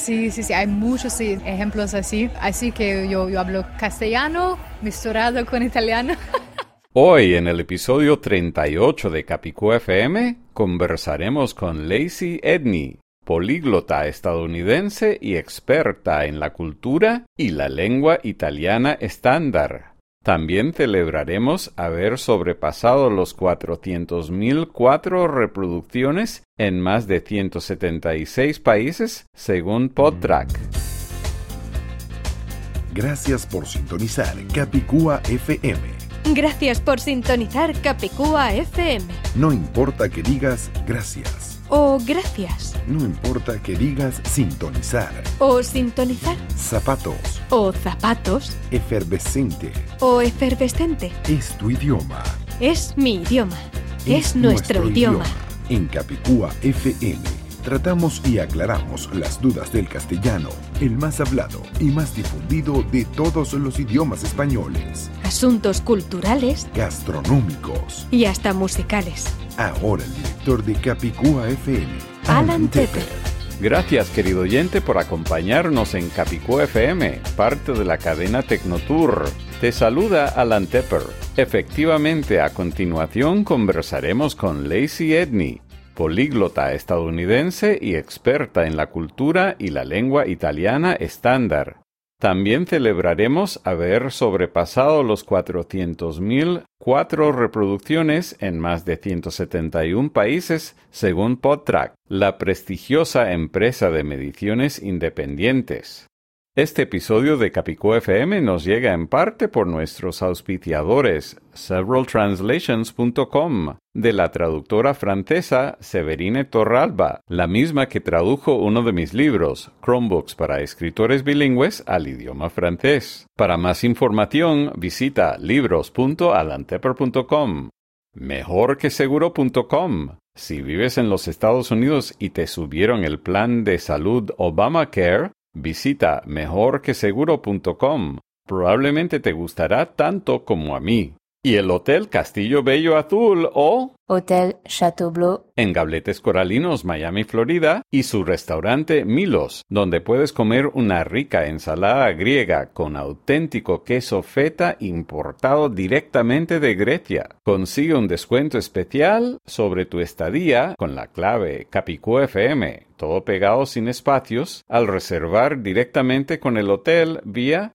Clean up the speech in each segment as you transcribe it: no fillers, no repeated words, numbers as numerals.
Sí, hay muchos ejemplos así. Así que yo hablo castellano mezclado con italiano. Hoy, en el episodio 38 de Capicúa FM, conversaremos con Lacey Edney, políglota estadounidense y experta en la cultura y la lengua italiana estándar. También celebraremos haber sobrepasado los 400.004 reproducciones en más de 176 países, según Podtrac. Gracias por sintonizar Capicúa FM. Gracias por sintonizar Capicúa FM. No importa que digas gracias. O gracias. No importa que digas sintonizar. O sintonizar. Zapatos. O zapatos. Efervescente. O efervescente. Es tu idioma. Es mi idioma. Es nuestro idioma. En Capicúa FM tratamos y aclaramos las dudas del castellano, el más hablado y más difundido de todos los idiomas españoles. Asuntos culturales. Gastronómicos. Y hasta musicales. Ahora el director de Capicúa FM, Alan Tepper. Gracias, querido oyente, por acompañarnos en Capicúa FM, parte de la cadena Tecnotour. Te saluda Alan Tepper. Efectivamente, a continuación conversaremos con Lacey Edney, políglota estadounidense y experta en la cultura y la lengua italiana estándar. También celebraremos haber sobrepasado los 400.004 reproducciones en más de 171 países, según Podtrac, la prestigiosa empresa de mediciones independientes. Este episodio de Capicúa FM nos llega en parte por nuestros auspiciadores, severaltranslations.com, de la traductora francesa Séverine Torralba, la misma que tradujo uno de mis libros, Chromebooks para escritores bilingües, al idioma francés. Para más información, visita libros.alantepper.com. Mejorqueseguro.com. Si vives en los Estados Unidos y te subieron el plan de salud Obamacare, visita mejorqueseguro.com. Probablemente te gustará tanto como a mí. Y el Hotel Castillo Bello Azul o Hotel Chateau Bleu en Gabletes Coralinos, Miami, Florida, y su restaurante Milos, donde puedes comer una rica ensalada griega con auténtico queso feta importado directamente de Grecia. Consigue un descuento especial sobre tu estadía con la clave Capicúa FM, todo pegado sin espacios, al reservar directamente con el hotel vía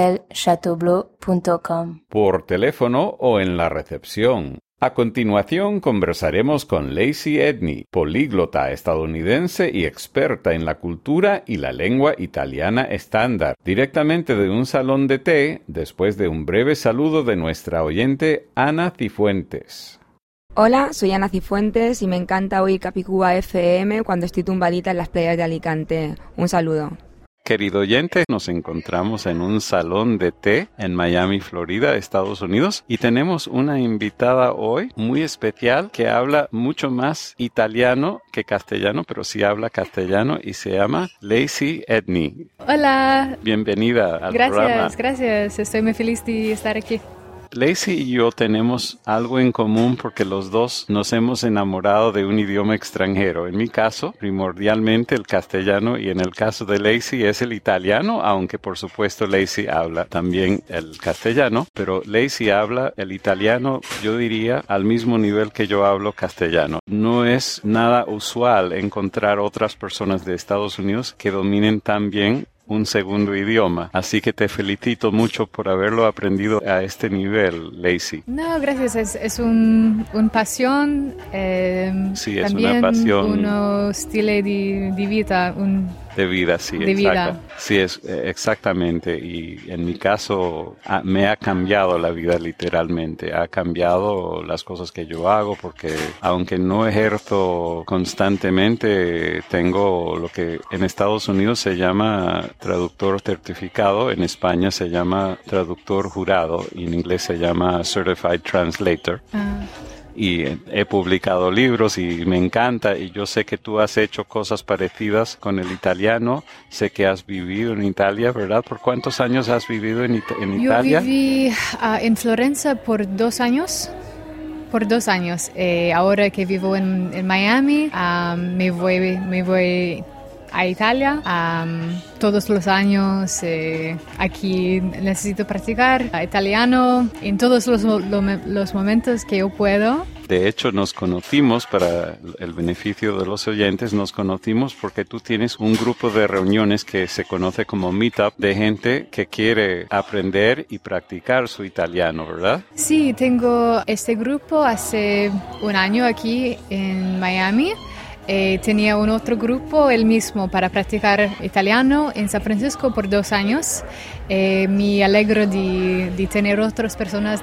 hotelchateaubleu.com por teléfono o en la recepción. A continuación conversaremos con Lacey Edney, políglota estadounidense y experta en la cultura y la lengua italiana estándar, directamente de un salón de té, después de un breve saludo de nuestra oyente Ana Cifuentes. Hola, soy Ana Cifuentes y me encanta oír Capicúa FM cuando estoy tumbadita en las playas de Alicante. Un saludo. Querido oyente, nos encontramos en un salón de té en Miami, Florida, Estados Unidos, y tenemos una invitada hoy muy especial que habla mucho más italiano que castellano, pero sí habla castellano y se llama Lacey Edney. Hola. Bienvenida al programa. Gracias. Estoy muy feliz de estar aquí. Lacey y yo tenemos algo en común porque los dos nos hemos enamorado de un idioma extranjero. En mi caso, primordialmente el castellano, y en el caso de Lacey es el italiano, aunque por supuesto Lacey habla también el castellano, pero Lacey habla el italiano, yo diría, al mismo nivel que yo hablo castellano. No es nada usual encontrar otras personas de Estados Unidos que dominen tan bien un segundo idioma, así que te felicito mucho por haberlo aprendido a este nivel, Lacey. No, gracias, es un pasión, sí, es también una pasión, un estilo de vida, de vida, sí, de exacto. Vida. Sí, es exactamente, y en mi caso me ha cambiado la vida literalmente, ha cambiado las cosas que yo hago, porque aunque no ejerzo constantemente, tengo lo que en Estados Unidos se llama traductor certificado, en España se llama traductor jurado y en inglés se llama Certified Translator. Y he publicado libros y me encanta, y yo sé que tú has hecho cosas parecidas con el italiano, sé que has vivido en Italia, ¿verdad? ¿Por cuántos años has vivido en Italia? Yo viví en Florencia por 2 años. Ahora que vivo en Miami, me voy a Italia. Todos los años aquí necesito practicar italiano en todos los momentos que yo puedo. De hecho, nos conocimos, para el beneficio de los oyentes, nos conocimos porque tú tienes un grupo de reuniones que se conoce como Meetup de gente que quiere aprender y practicar su italiano, ¿verdad? Sí, tengo este grupo hace un año aquí en Miami. Tenía un otro grupo, el mismo, para practicar italiano en San Francisco por 2 años. Me alegro de tener otras personas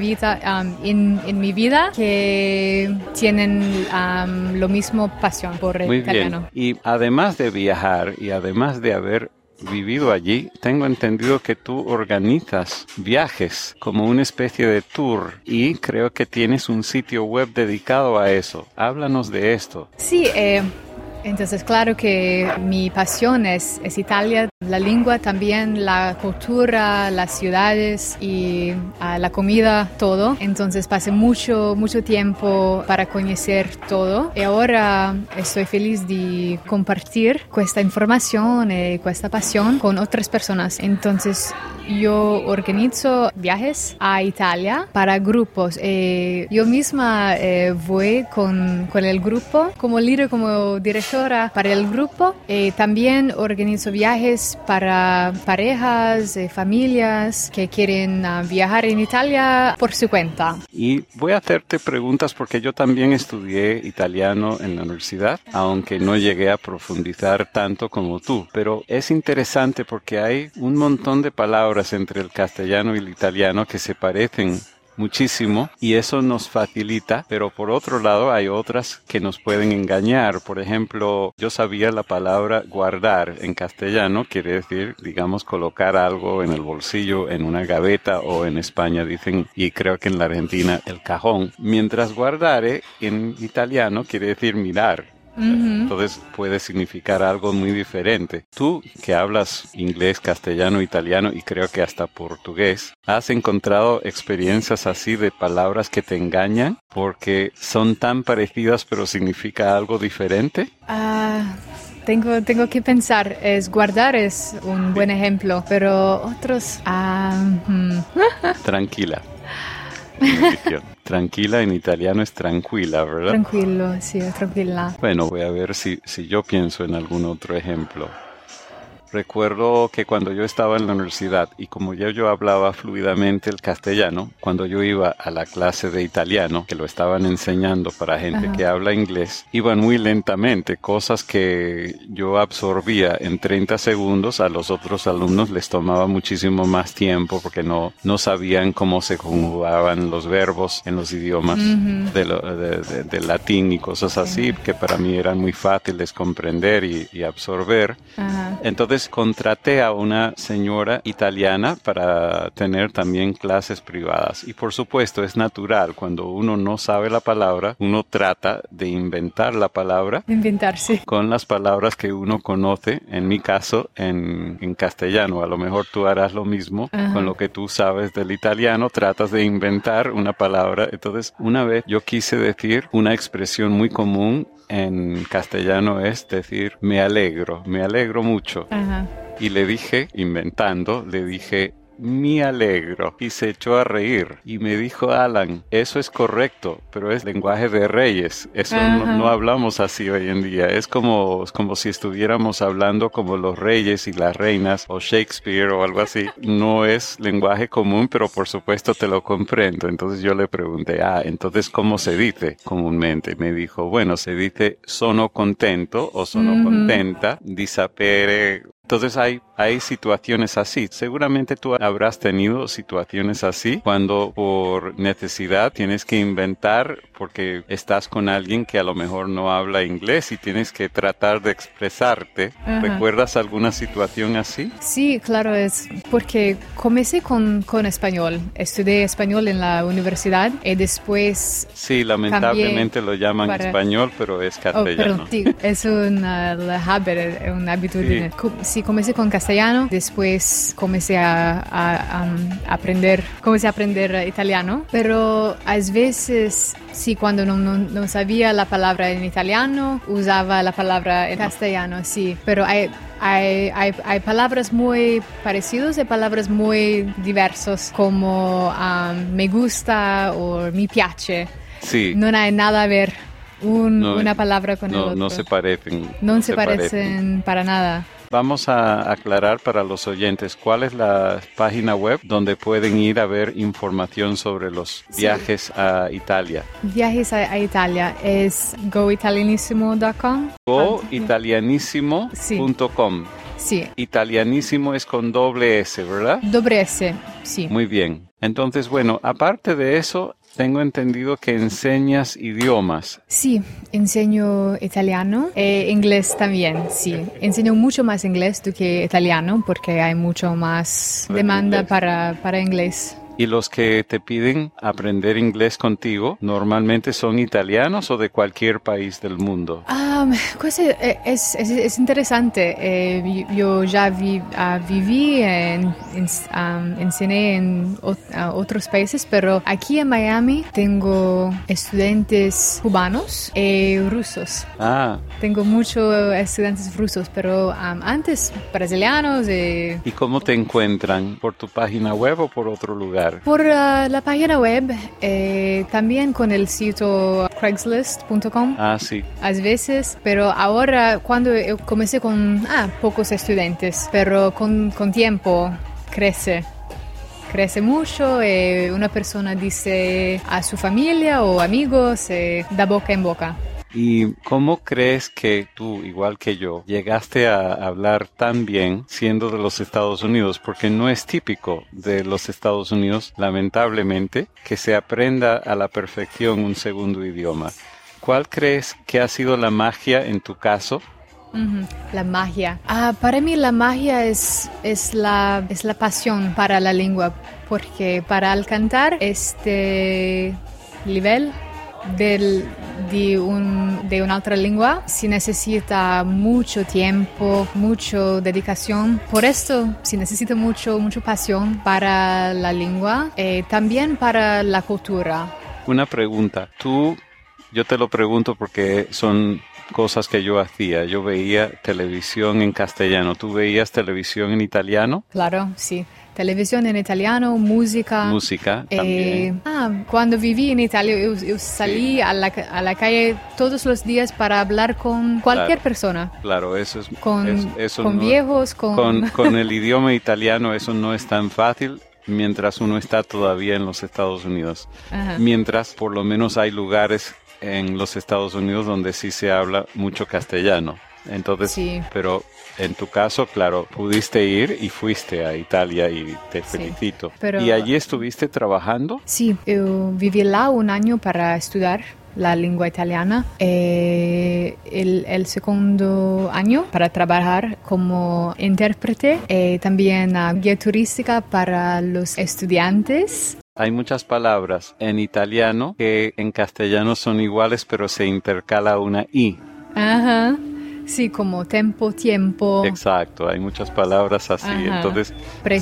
en mi vida que tienen lo mismo pasión por el italiano. Bien. Y además de viajar y además de haber vivido allí, tengo entendido que tú organizas viajes como una especie de tour y creo que tienes un sitio web dedicado a eso. Háblanos de esto. Sí, entonces claro que mi pasión es Italia, la lengua también, la cultura, las ciudades y la comida, todo. Entonces pasé mucho tiempo para conocer todo y ahora estoy feliz de compartir esta información y esta pasión con otras personas. Entonces yo organizo viajes a Italia para grupos. Yo misma voy con el grupo como líder, como directora para el grupo. También organizo viajes para parejas, familias que quieren viajar en Italia por su cuenta. Y voy a hacerte preguntas porque yo también estudié italiano en la universidad, aunque no llegué a profundizar tanto como tú. Pero es interesante porque hay un montón de palabras entre el castellano y el italiano que se parecen muchísimo y eso nos facilita, pero por otro lado hay otras que nos pueden engañar. Por ejemplo, yo sabía la palabra guardar en castellano, quiere decir, digamos, colocar algo en el bolsillo, en una gaveta, o en España dicen, y creo que en la Argentina, el cajón. Mientras guardare en italiano quiere decir mirar. Entonces puede significar algo muy diferente. Tú, que hablas inglés, castellano, italiano y creo que hasta portugués, ¿has encontrado experiencias así de palabras que te engañan porque son tan parecidas pero significa algo diferente? Tengo que pensar. Guardar es un buen ejemplo, pero otros... Tranquila. Tranquila en italiano es tranquila, ¿verdad? Tranquilo, sí, tranquila. Bueno, voy a ver si yo pienso en algún otro ejemplo. Recuerdo que cuando yo estaba en la universidad y como ya yo hablaba fluidamente el castellano, cuando yo iba a la clase de italiano, que lo estaban enseñando para gente que habla inglés, iban muy lentamente, cosas que yo absorbía en 30 segundos, a los otros alumnos les tomaba muchísimo más tiempo porque no sabían cómo se conjugaban los verbos en los idiomas del latín y cosas así, que para mí eran muy fáciles comprender y absorber. Entonces contraté a una señora italiana para tener también clases privadas. Y por supuesto es natural, cuando uno no sabe la palabra, uno trata de inventar la palabra. Inventarse. Con las palabras que uno conoce, en mi caso, en castellano. A lo mejor tú harás lo mismo con lo que tú sabes del italiano, tratas de inventar una palabra. Entonces, una vez yo quise decir una expresión muy común en castellano, es decir, me alegro mucho. Y le dije, inventando, me alegro. Y se echó a reír. Y me dijo, Alan, eso es correcto, pero es lenguaje de reyes. Eso no hablamos así hoy en día. Es como si estuviéramos hablando como los reyes y las reinas, o Shakespeare o algo así. No es lenguaje común, pero por supuesto te lo comprendo. Entonces yo le pregunté, entonces ¿cómo se dice comúnmente? Me dijo, bueno, se dice sono contento o sono contenta, di sapere. Entonces hay situaciones así. Seguramente tú habrás tenido situaciones así cuando por necesidad tienes que inventar porque estás con alguien que a lo mejor no habla inglés y tienes que tratar de expresarte. ¿Recuerdas alguna situación así? Sí, claro, es porque comencé con español. Estudié español en la universidad y después... Sí, lamentablemente lo llaman español, pero es castellano. Pero sí, es un hábito. Sí. comencé con castellano, después comencé a aprender italiano, pero a veces, sí, cuando no sabía la palabra en italiano, usaba la palabra en castellano, sí, pero hay palabras muy parecidas y palabras muy diversas, como me gusta o mi piace. Sí. No hay nada a ver una palabra con el otro. No se parecen. No se parecen para nada. Vamos a aclarar para los oyentes cuál es la página web donde pueden ir a ver información sobre los viajes a Italia. Viajes a Italia es goitalianissimo.com. Goitalianissimo.com. Sí. Italianísimo es con doble S, ¿verdad? Doble S, sí. Muy bien. Entonces, bueno, aparte de eso, tengo entendido que enseñas idiomas. Sí, enseño italiano e inglés también, sí. Enseño mucho más inglés que italiano porque hay mucho más demanda para inglés. ¿Y los que te piden aprender inglés contigo normalmente son italianos o de cualquier país del mundo? Es interesante. Yo ya viví, enseñé en otros países, pero aquí en Miami tengo estudiantes cubanos y rusos. Tengo muchos estudiantes rusos, pero antes brasileños. ¿Y cómo te encuentran? ¿Por tu página web o por otro lugar? Por la página web, también con el sitio Craigslist.com. Sí. A veces, pero ahora cuando comencé con pocos estudiantes, pero con tiempo crece mucho. Una persona dice a su familia o amigos, da boca en boca. ¿Y cómo crees que tú, igual que yo, llegaste a hablar tan bien siendo de los Estados Unidos? Porque no es típico de los Estados Unidos, lamentablemente, que se aprenda a la perfección un segundo idioma. ¿Cuál crees que ha sido la magia en tu caso? La magia. Para mí la magia es la pasión para la lengua, porque para cantar este nivel de una otra lengua se necesita mucho tiempo, mucha dedicación. Por esto se necesita mucho pasión para la lengua, también para la cultura. Una pregunta. Yo te lo pregunto porque son cosas que yo hacía. Yo veía televisión en castellano. ¿Tú veías televisión en italiano? Claro, sí. Televisión en italiano, música. Música también. Cuando viví en Italia, yo salí a la calle todos los días para hablar con cualquier persona. Claro, eso es... Con viejos, con el idioma italiano eso no es tan fácil mientras uno está todavía en los Estados Unidos. Ajá. Mientras por lo menos hay lugares en los Estados Unidos donde sí se habla mucho castellano. Entonces, sí. Pero en tu caso, claro, pudiste ir y fuiste a Italia y te felicito. Pero, ¿y allí estuviste trabajando? Sí, yo viví là un año para estudiar la lengua italiana. El segundo año para trabajar como intérprete, también guía turística para los estudiantes. Hay muchas palabras en italiano que en castellano son iguales, pero se intercala una I. Ajá. Sí, como tiempo. Exacto, hay muchas palabras así. Ajá. Entonces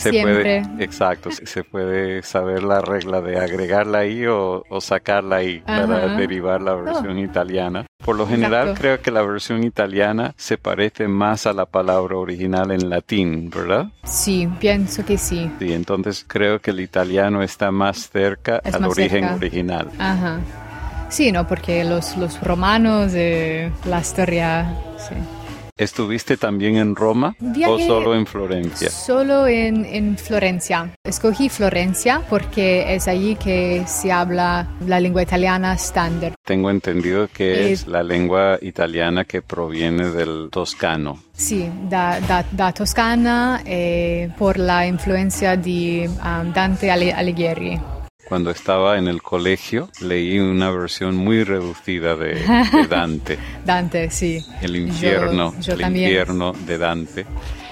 se puede saber la regla de agregar la I o sacar la I. Ajá. Para derivar la versión italiana. Por lo general, creo que la versión italiana se parece más a la palabra original en latín, ¿verdad? Sí, pienso que sí. Sí, entonces creo que el italiano está más cerca al origen original. Ajá. Sí, no, porque los romanos, la historia, sí. ¿Estuviste también en Roma o solo en Florencia? Solo en Florencia. Escogí Florencia porque es allí que se habla la lengua italiana estándar. Tengo entendido que es la lengua italiana que proviene del toscano. Sí, da Toscana por la influencia de Dante Alighieri. Cuando estaba en el colegio, leí una versión muy reducida de Dante. Dante, sí. El infierno, yo también. Infierno de Dante.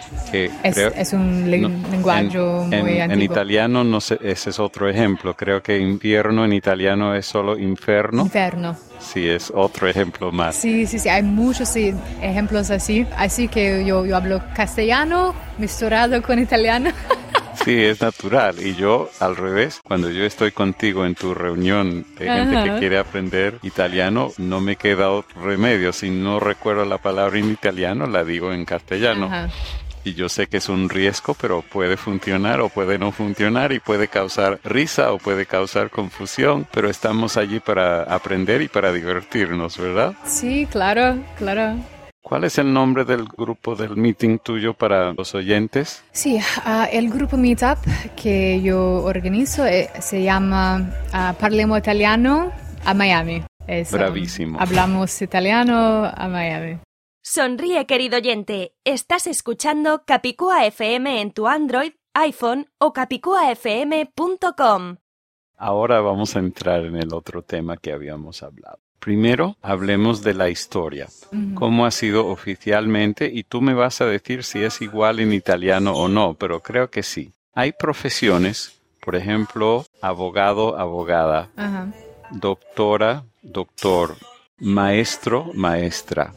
Que es un lenguaje muy antiguo. En italiano, no sé, ese es otro ejemplo. Creo que infierno en italiano es solo inferno. Inferno. Sí, es otro ejemplo más. Sí, hay muchos ejemplos así. Así que yo hablo castellano mezclado con italiano. Sí, es natural. Y yo, al revés, cuando yo estoy contigo en tu reunión de gente que quiere aprender italiano, no me queda otro remedio. Si no recuerdo la palabra en italiano, la digo en castellano. Ajá. Y yo sé que es un riesgo, pero puede funcionar o puede no funcionar y puede causar risa o puede causar confusión, pero estamos allí para aprender y para divertirnos, ¿verdad? Sí, claro. ¿Cuál es el nombre del grupo del meeting tuyo para los oyentes? Sí, el grupo Meetup que yo organizo se llama Parliamo Italiano a Miami. Bravísimo. Hablamos italiano a Miami. Sonríe, querido oyente. Estás escuchando Capicúa FM en tu Android, iPhone o capicuafm.com. Ahora vamos a entrar en el otro tema que habíamos hablado. Primero, hablemos de la historia. ¿Cómo ha sido oficialmente? Y tú me vas a decir si es igual en italiano o no, pero creo que sí. Hay profesiones, por ejemplo, abogado, abogada, doctora, doctor, maestro, maestra,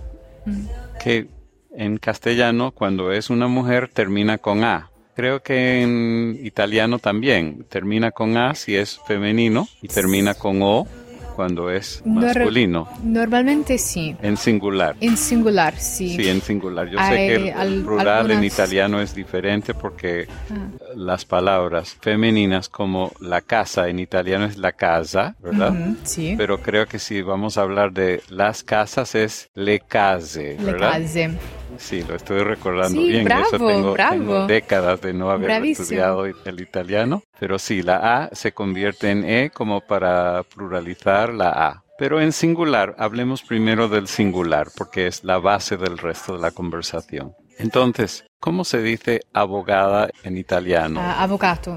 que en castellano, cuando es una mujer, termina con A. Creo que en italiano también termina con A si es femenino y termina con O cuando es masculino. Normalmente sí. En singular. En singular, sí. Sí, en singular. Yo sé que el plural en italiano es diferente porque las palabras femeninas como la casa en italiano es la casa, ¿verdad? Sí. Pero creo que si vamos a hablar de las casas es le case, ¿verdad? Le case. Sí, lo estoy recordando sí, bien. Bravo, Eso bravo. tengo décadas de no haber Bravísimo. estudiado el italiano. Pero sí, la A se convierte en E como para pluralizar la A. Pero en singular, hablemos primero del singular, porque es la base del resto de la conversación. Entonces, ¿cómo se dice abogada en italiano? Avvocato.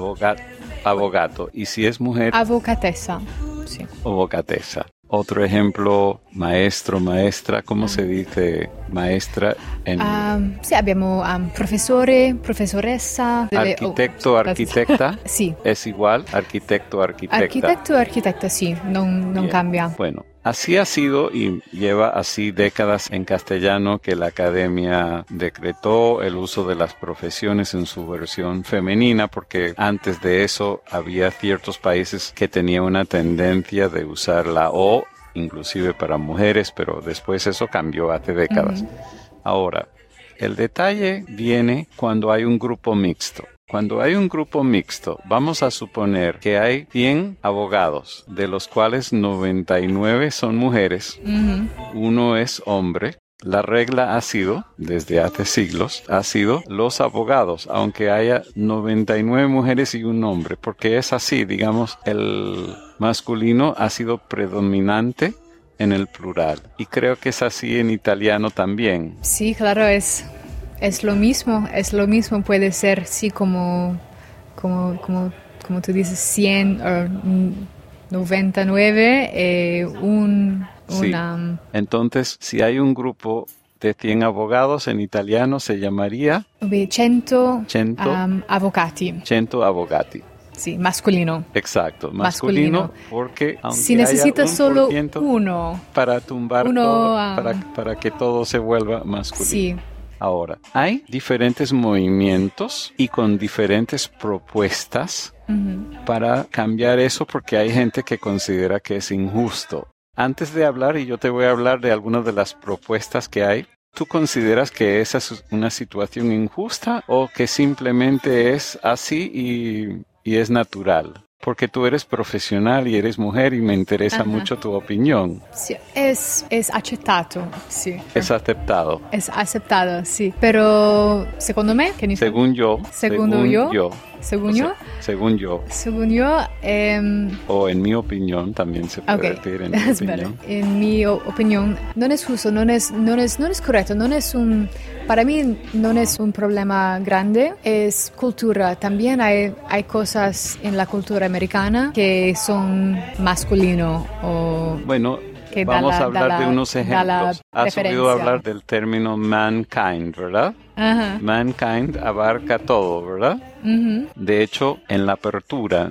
Abogato. Y si es mujer, Avvocatessa. Sí. Avvocatessa. Otro ejemplo, maestro, maestra. ¿Cómo se dice maestra en sì, abbiamo professore, professoressa. arquitecto, arquitecta? Sì. ¿Es igual? Arquitecto, arquitecta. Arquitecto, arquitecta, sí. Non cambia. Bueno, así ha sido y lleva así décadas en castellano que la academia decretó el uso de las profesiones en su versión femenina, porque antes de eso había ciertos países que tenían una tendencia de usar la O, inclusive para mujeres, pero después eso cambió hace décadas. Ahora, el detalle viene cuando hay un grupo mixto. Cuando hay un grupo mixto, vamos a suponer que hay 100 abogados, de los cuales 99 son mujeres, uno es hombre. La regla ha sido, desde hace siglos, ha sido los abogados, aunque haya 99 mujeres y un hombre, porque es así, digamos, el masculino ha sido predominante en el plural. Y creo que es así en italiano también. Sí, claro, es lo mismo, puede ser, sí, como tú dices, 100 o 99, Sí. Entonces, si hay un grupo de 100 abogados, en italiano se llamaría 100 avvocati. 100 avvocati. Sí, masculino. Exacto, masculino, porque aunque si necesitas haya solo 1% uno para tumbar todo, para que todo se vuelva masculino. Sí. Ahora, hay diferentes movimientos y con diferentes propuestas para cambiar eso, porque hay gente que considera que es injusto. Antes de hablar, y yo te voy a hablar de algunas de las propuestas que hay, ¿tú consideras que esa es una situación injusta o que simplemente es así y es natural? Porque tú eres profesional y eres mujer y me interesa mucho tu opinión. Sí, es aceptado, sí. Es aceptado. Es aceptado, sí. Pero, según me, ¿qué dice? Según yo. Según yo. O en mi opinión, también se puede decir en mi opinión. En mi opinión, no es justo, no es correcto, para mí no es un problema grande, es cultura. También hay cosas en la cultura americana que son masculino o... Bueno, que vamos a hablar de unos ejemplos. Has oído hablar del término mankind, ¿verdad? Ajá. Mankind abarca todo, ¿verdad? Uh-huh. De hecho, en la apertura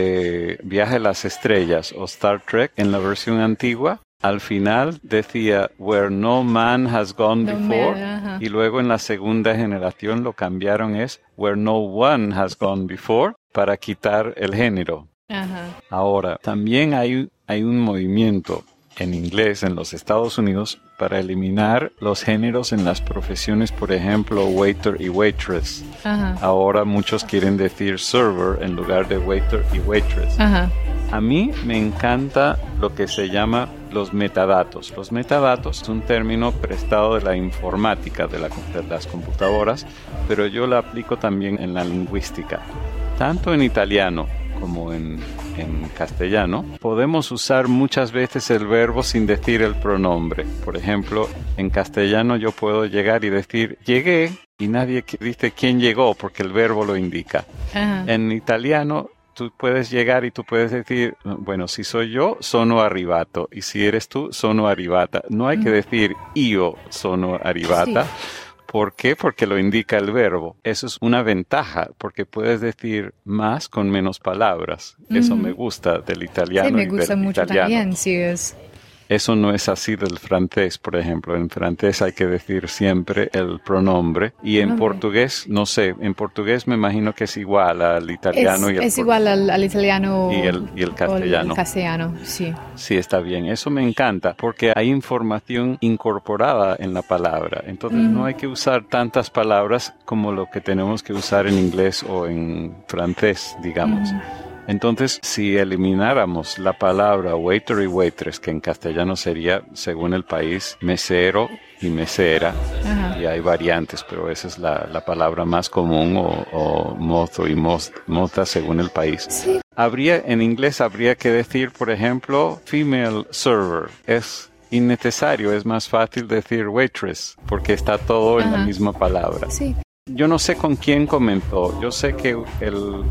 de Viaje a las Estrellas o Star Trek, en la versión antigua, al final decía where no man has gone before, y luego en la segunda generación lo cambiaron es where no one has gone before para quitar el género. Ajá. Ahora, también hay un movimiento en inglés en los Estados Unidos para eliminar los géneros en las profesiones, por ejemplo, waiter y waitress. Ajá. Ahora muchos quieren decir server en lugar de waiter y waitress. Ajá. A mí me encanta lo que se llama los metadatos. Los metadatos es un término prestado de la informática, de las computadoras, pero yo lo aplico también en la lingüística. Tanto en italiano como en castellano, podemos usar muchas veces el verbo sin decir el pronombre. Por ejemplo, en castellano yo puedo llegar y decir llegué y nadie dice quién llegó porque el verbo lo indica. Ajá. En italiano tú puedes llegar y tú puedes decir, bueno, si soy yo, sono arrivato, y si eres tú, sono arrivata. No hay que decir io sono arrivata. Sí. ¿Por qué? Porque lo indica el verbo. Eso es una ventaja, porque puedes decir más con menos palabras. Eso me gusta del italiano. Sí, me gusta mucho italiano. También, sí es. Eso no es así del francés, por ejemplo. En francés hay que decir siempre el pronombre. Y en portugués, no sé, en portugués me imagino que es igual al italiano. Es igual al italiano y el castellano. El castellano, sí. Sí, está bien. Eso me encanta porque hay información incorporada en la palabra. Entonces no hay que usar tantas palabras como lo que tenemos que usar en inglés o en francés, digamos. Entonces, si elimináramos la palabra waiter y waitress, que en castellano sería, según el país, mesero y mesera, y hay variantes, pero esa es la palabra más común, o mozo y mota según el país. Sí. En inglés habría que decir, por ejemplo, female server. Es innecesario, es más fácil decir waitress, porque está todo en la misma palabra. Sí. Yo no sé con quién comentó. Yo sé que el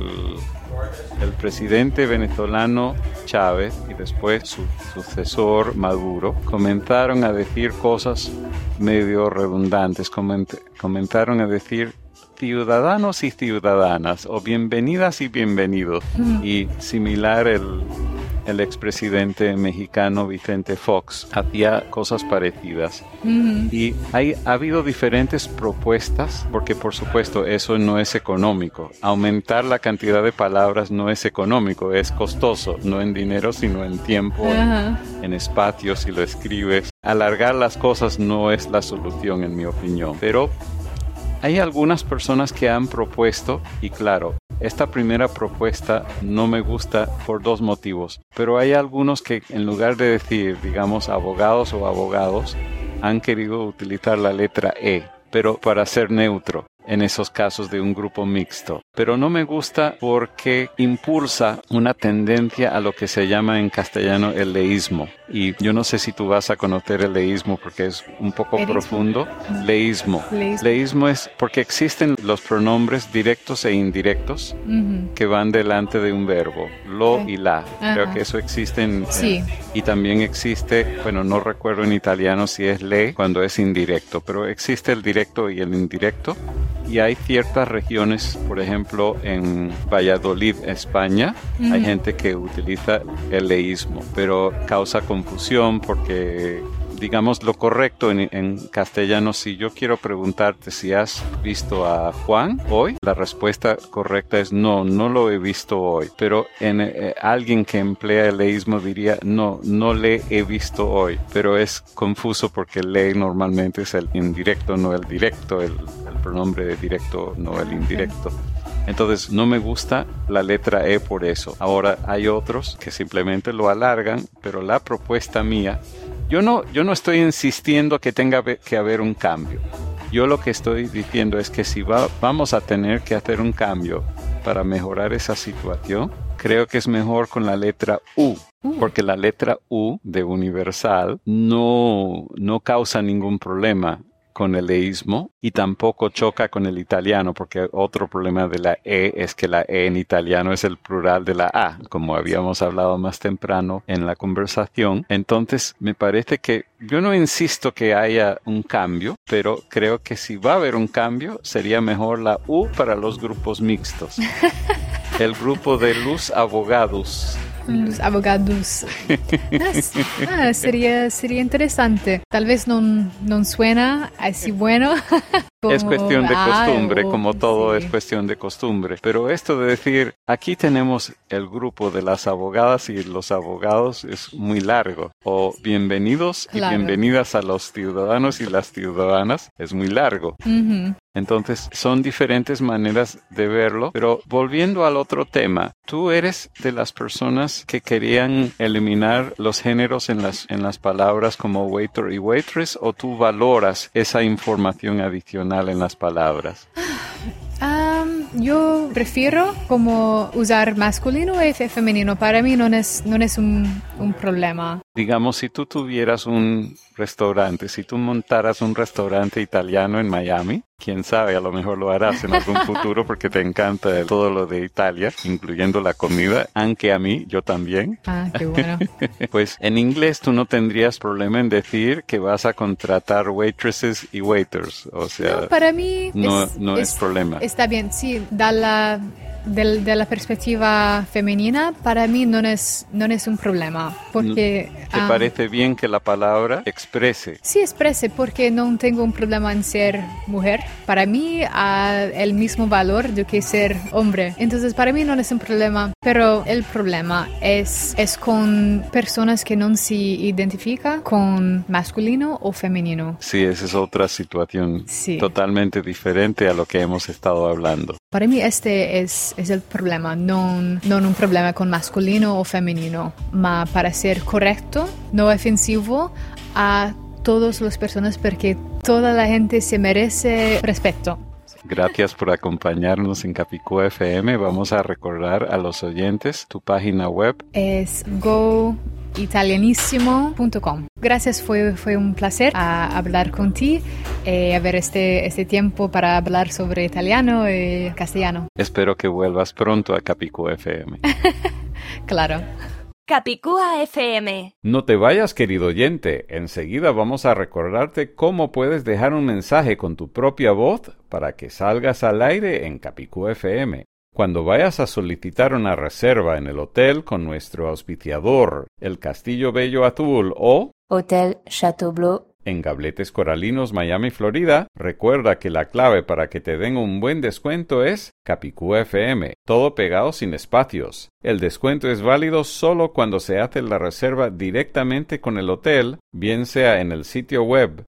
presidente venezolano Chávez y después su sucesor Maduro comenzaron a decir cosas medio redundantes. Comentaron a decir ciudadanos y ciudadanas o bienvenidas y bienvenidos. Y similar el expresidente mexicano Vicente Fox hacía cosas parecidas. Y ha habido diferentes propuestas, porque por supuesto eso no es económico. Aumentar la cantidad de palabras no es económico, es costoso, no en dinero sino en tiempo, en espacio si lo escribes. Alargar las cosas no es la solución en mi opinión, pero hay algunas personas que han propuesto, y claro, esta primera propuesta no me gusta por dos motivos, pero hay algunos que en lugar de decir, digamos, abogados o abogados, han querido utilizar la letra E, pero para ser neutro en esos casos de un grupo mixto. Pero no me gusta porque impulsa una tendencia a lo que se llama en castellano el leísmo. Y yo no sé si tú vas a conocer el leísmo porque es un poco profundo. Leísmo. Leísmo es porque existen los pronombres directos e indirectos que van delante de un verbo. Lo y la. Creo que eso existe y también existe, bueno, no recuerdo en italiano si es le cuando es indirecto, pero existe el directo y el indirecto. Y hay ciertas regiones, por ejemplo, en Valladolid, España, hay gente que utiliza el leísmo, pero causa confusión porque, digamos, lo correcto en castellano, si yo quiero preguntarte si has visto a Juan hoy, la respuesta correcta es no lo he visto hoy. Pero alguien que emplea el leísmo diría no le he visto hoy. Pero es confuso porque el le normalmente es el indirecto, no el directo, el pronombre de directo, no el indirecto. Entonces no me gusta la letra E por eso. Ahora hay otros que simplemente lo alargan, pero la propuesta mía, yo no estoy insistiendo que tenga que haber un cambio. Yo lo que estoy diciendo es que si vamos a tener que hacer un cambio para mejorar esa situación, creo que es mejor con la letra U, porque la letra U de universal no causa ningún problema con el eísmo y tampoco choca con el italiano, porque otro problema de la E es que la E en italiano es el plural de la A, como habíamos hablado más temprano en la conversación. Entonces, me parece que yo no insisto que haya un cambio, pero creo que si va a haber un cambio, sería mejor la U para los grupos mixtos. El grupo de los abogados. Los abogados. Sería interesante. Tal vez no suena así bueno. Es cuestión de costumbre, como todo es cuestión de costumbre. Pero esto de decir, aquí tenemos el grupo de las abogadas y los abogados es muy largo. O bienvenidos y bienvenidas a los ciudadanos y las ciudadanas es muy largo. Uh-huh. Entonces, son diferentes maneras de verlo. Pero volviendo al otro tema, ¿tú eres de las personas que querían eliminar los géneros en las palabras como waiter y waitress, o tú valoras esa información adicional en las palabras? Yo prefiero como usar masculino y femenino. Para mí no es un problema. Digamos, si tú tuvieras un restaurante, si tú montaras un restaurante italiano en Miami, quién sabe, a lo mejor lo harás en algún futuro porque te encanta todo lo de Italia, incluyendo la comida, aunque a mí, yo también. Qué bueno. Pues en inglés tú no tendrías problema en decir que vas a contratar waitresses y waiters, o sea, no, para mí no es problema. Está bien, sí, de la perspectiva femenina, para mí no es un problema, porque... ¿Te parece bien que la palabra exprese? Sí, exprese, porque no tengo un problema en ser mujer. Para mí ha el mismo valor de que ser hombre. Entonces, para mí no es un problema, pero el problema es con personas que no se identifican con masculino o femenino. Sí, esa es otra situación totalmente diferente a lo que hemos estado hablando. Para mí este es el problema, no un problema con masculino o femenino, pero para ser correcto, no ofensivo a todas las personas, porque toda la gente se merece respeto. Gracias por acompañarnos en Capicúa FM. Vamos a recordar a los oyentes tu página web. Es goitalianissimo.com. Gracias, fue un placer hablar contigo y haber este tiempo para hablar sobre italiano y castellano. Espero que vuelvas pronto a Capicúa FM. Claro. Capicúa FM. No te vayas, querido oyente. Enseguida vamos a recordarte cómo puedes dejar un mensaje con tu propia voz para que salgas al aire en Capicúa FM. Cuando vayas a solicitar una reserva en el hotel con nuestro auspiciador, el Castillo Bello Azul o Hotel Chateaubleu en Gabletes Coralinos, Miami, Florida, recuerda que la clave para que te den un buen descuento es Capicúa FM, todo pegado sin espacios. El descuento es válido solo cuando se hace la reserva directamente con el hotel, bien sea en el sitio web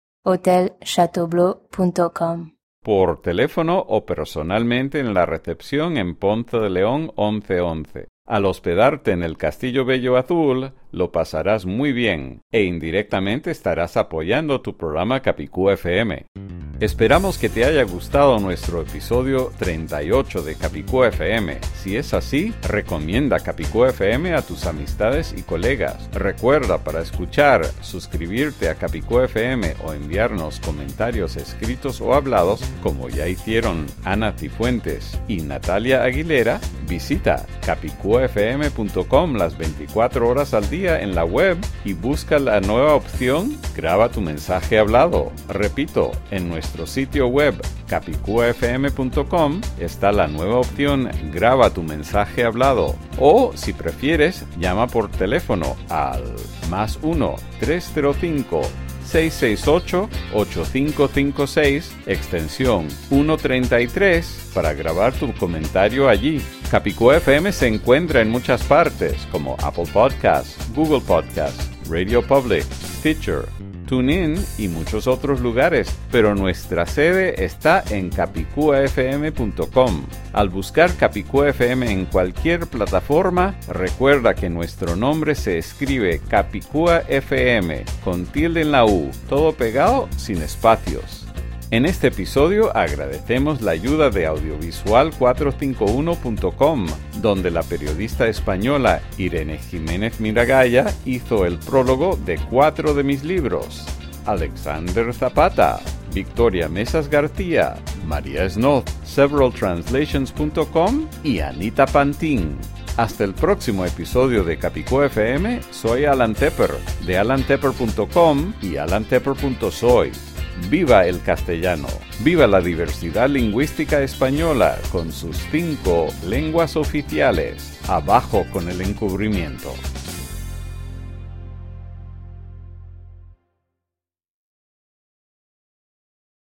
hotelchateaubleu.com, por teléfono o personalmente en la recepción en Ponce de León 1111. Al hospedarte en el Castillo Bello Azul, lo pasarás muy bien e indirectamente estarás apoyando tu programa Capicúa FM. Esperamos que te haya gustado nuestro episodio 38 de Capicúa FM. Si es así, recomienda Capicúa FM a tus amistades y colegas. Recuerda, para escuchar, suscribirte a Capicúa FM o enviarnos comentarios escritos o hablados, como ya hicieron Ana Cifuentes y Natalia Aguilera, visita capicuafm.com las 24 horas al día en la web y busca la nueva opción Graba tu mensaje hablado. Repito, en nuestro sitio web capicuafm.com está la nueva opción Graba tu mensaje hablado. O, si prefieres, llama por teléfono al +1 305 668-8556, extensión 133, para grabar tu comentario allí. Capicúa FM se encuentra en muchas partes, como Apple Podcasts, Google Podcasts, Radio Public, Stitcher, TuneIn y muchos otros lugares, pero nuestra sede está en capicuafm.com. Al buscar Capicúa FM en cualquier plataforma, recuerda que nuestro nombre se escribe Capicúa FM, con tilde en la U, todo pegado sin espacios. En este episodio agradecemos la ayuda de audiovisual451.com, donde la periodista española Irene Jiménez Miragaya hizo el prólogo de 4 de mis libros. Alexander Zapata, Victoria Mesas García, María Snoth, severaltranslations.com y Anita Pantin. Hasta el próximo episodio de Capicúa FM, soy Alan Tepper, de alantepper.com y alantepper.soy. ¡Viva el castellano! ¡Viva la diversidad lingüística española con sus 5 lenguas oficiales! ¡Abajo con el encubrimiento!